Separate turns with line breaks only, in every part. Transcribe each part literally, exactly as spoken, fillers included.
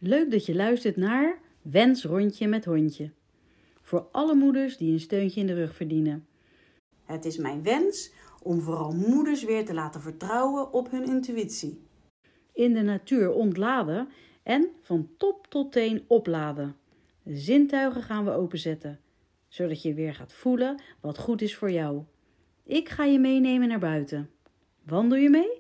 Leuk dat je luistert naar Wens Rondje met Hondje. Voor alle moeders die een steuntje in de rug verdienen. Het is mijn wens om vooral moeders weer te laten vertrouwen op hun intuïtie. In de natuur ontladen en van top tot teen opladen. De zintuigen gaan we openzetten, zodat je weer gaat voelen wat goed is voor jou. Ik ga je meenemen naar buiten. Wandel je mee?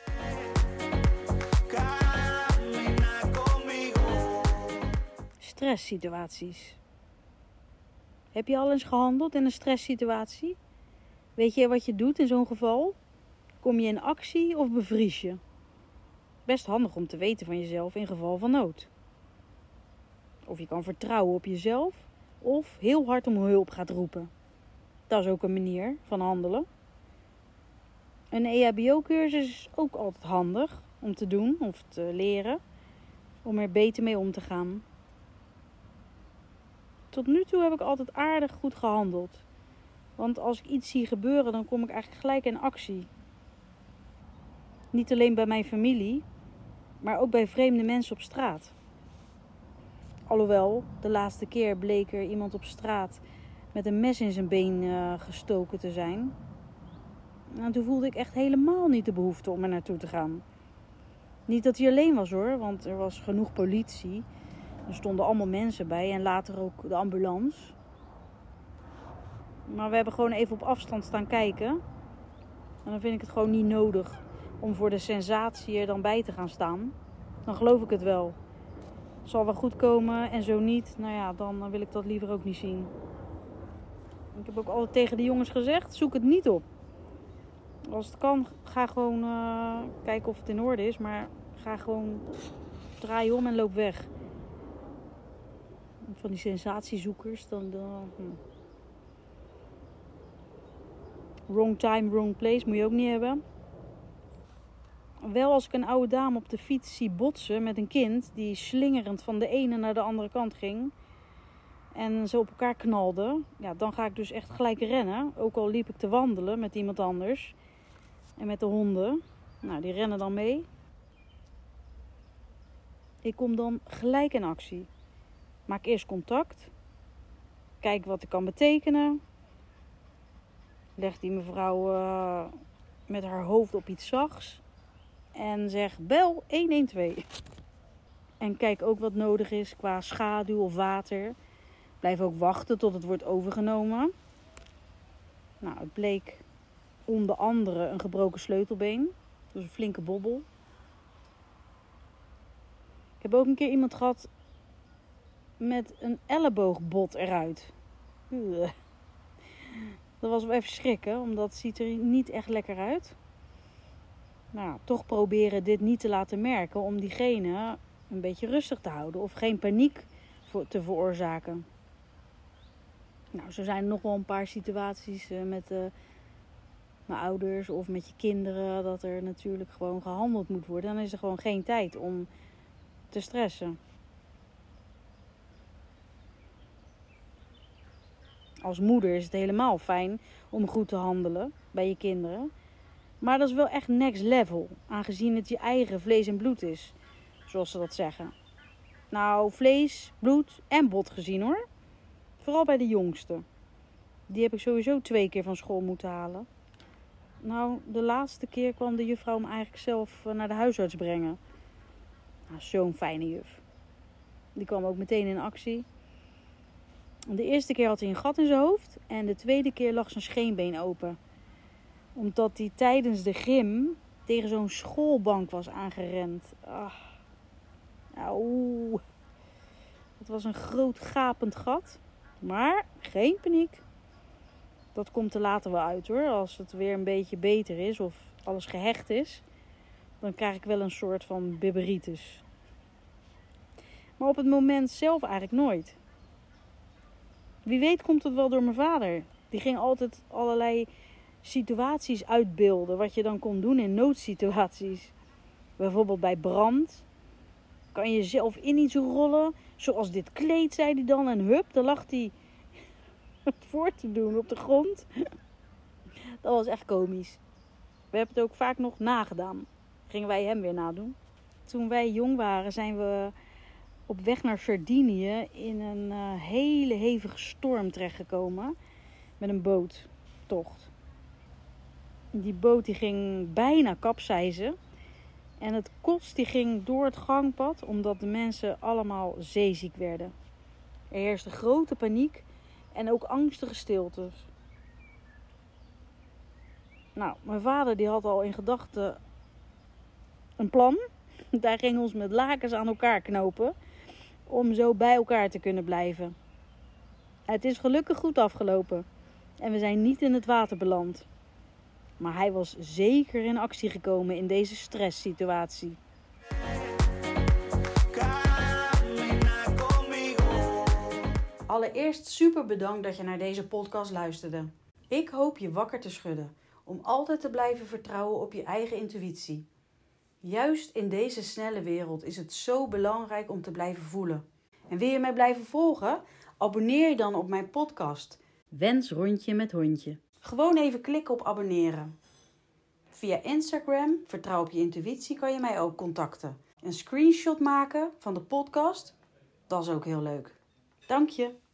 Stresssituaties. Heb je al eens gehandeld in een stresssituatie? Weet je wat je doet in zo'n geval? Kom je in actie of bevries je? Best handig om te weten van jezelf in geval van nood. Of je kan vertrouwen op jezelf of heel hard om hulp gaat roepen. Dat is ook een manier van handelen. Een E H B O-cursus is ook altijd handig om te doen of te leren. Om er beter mee om te gaan. Tot nu toe heb ik altijd aardig goed gehandeld. Want als ik iets zie gebeuren, dan kom ik eigenlijk gelijk in actie. Niet alleen bij mijn familie, maar ook bij vreemde mensen op straat. Alhoewel, de laatste keer bleek er iemand op straat met een mes in zijn been uh, gestoken te zijn. En toen voelde ik echt helemaal niet de behoefte om er naartoe te gaan. Niet dat hij alleen was hoor, want er was genoeg politie. Er stonden allemaal mensen bij en later ook de ambulance. Maar we hebben gewoon even op afstand staan kijken. En dan vind ik het gewoon niet nodig om voor de sensatie er dan bij te gaan staan. Dan geloof ik het wel. Het zal wel goed komen en zo niet, nou ja, dan wil ik dat liever ook niet zien. Ik heb ook altijd tegen de jongens gezegd, zoek het niet op. Als het kan, ga gewoon uh, kijken of het in orde is, maar ga gewoon draai om en loop weg. Van die sensatiezoekers, dan... dan hm. Wrong time, wrong place, moet je ook niet hebben. Wel als ik een oude dame op de fiets zie botsen met een kind die slingerend van de ene naar de andere kant ging en ze op elkaar knalde, ja, dan ga ik dus echt gelijk rennen. Ook al liep ik te wandelen met iemand anders en met de honden. Nou, die rennen dan mee. Ik kom dan gelijk in actie. Maak eerst contact. Kijk wat ik kan betekenen. Leg die mevrouw uh, met haar hoofd op iets zachts. En zeg bel honderdtwaalf. En kijk ook wat nodig is qua schaduw of water. Blijf ook wachten tot het wordt overgenomen. Nou, het bleek onder andere een gebroken sleutelbeen. Dus een flinke bobbel. Ik heb ook een keer iemand gehad met een elleboogbot eruit. Uw. Dat was wel even schrikken, omdat het ziet er niet echt lekker uit. Nou, toch proberen dit niet te laten merken om diegene een beetje rustig te houden of geen paniek voor, te veroorzaken. Nou, zo zijn er nog wel een paar situaties uh, met uh, mijn ouders of met je kinderen dat er natuurlijk gewoon gehandeld moet worden. Dan is er gewoon geen tijd om te stressen. Als moeder is het helemaal fijn om goed te handelen bij je kinderen. Maar dat is wel echt next level, aangezien het je eigen vlees en bloed is, zoals ze dat zeggen. Nou, vlees, bloed en bot gezien hoor. Vooral bij de jongste. Die heb ik sowieso twee keer van school moeten halen. Nou, de laatste keer kwam de juffrouw hem eigenlijk zelf naar de huisarts brengen. Nou, zo'n fijne juf. Die kwam ook meteen in actie. De eerste keer had hij een gat in zijn hoofd en de tweede keer lag zijn scheenbeen open. Omdat hij tijdens de gym tegen zo'n schoolbank was aangerend. Ah. Auw. Het was een groot gapend gat. Maar geen paniek. Dat komt er later wel uit hoor. Als het weer een beetje beter is of alles gehecht is. Dan krijg ik wel een soort van bibberitis. Maar op het moment zelf eigenlijk nooit. Wie weet komt het wel door mijn vader. Die ging altijd allerlei situaties uitbeelden. Wat je dan kon doen in noodsituaties. Bijvoorbeeld bij brand. Kan je jezelf in iets rollen. Zoals dit kleed, zei hij dan. En hup, dan lag hij voor te doen op de grond. Dat was echt komisch. We hebben het ook vaak nog nagedaan. Gingen wij hem weer nadoen. Toen wij jong waren zijn we op weg naar Sardinië in een uh, hele hevige storm terechtgekomen met een boottocht. Die boot die ging bijna kapseizen en het kots die ging door het gangpad omdat de mensen allemaal zeeziek werden. Er heerste grote paniek en ook angstige stiltes. Nou, mijn vader die had al in gedachten een plan. Daar ging ons met lakens aan elkaar knopen om zo bij elkaar te kunnen blijven. Het is gelukkig goed afgelopen en we zijn niet in het water beland. Maar hij was zeker in actie gekomen in deze stresssituatie. Allereerst super bedankt dat je naar deze podcast luisterde. Ik hoop je wakker te schudden om altijd te blijven vertrouwen op je eigen intuïtie. Juist in deze snelle wereld is het zo belangrijk om te blijven voelen. En wil je mij blijven volgen? Abonneer je dan op mijn podcast Wens Rondje met Hondje. Gewoon even klikken op abonneren. Via Instagram, Vertrouw op je intuïtie, kan je mij ook contacten. Een screenshot maken van de podcast, dat is ook heel leuk. Dank je.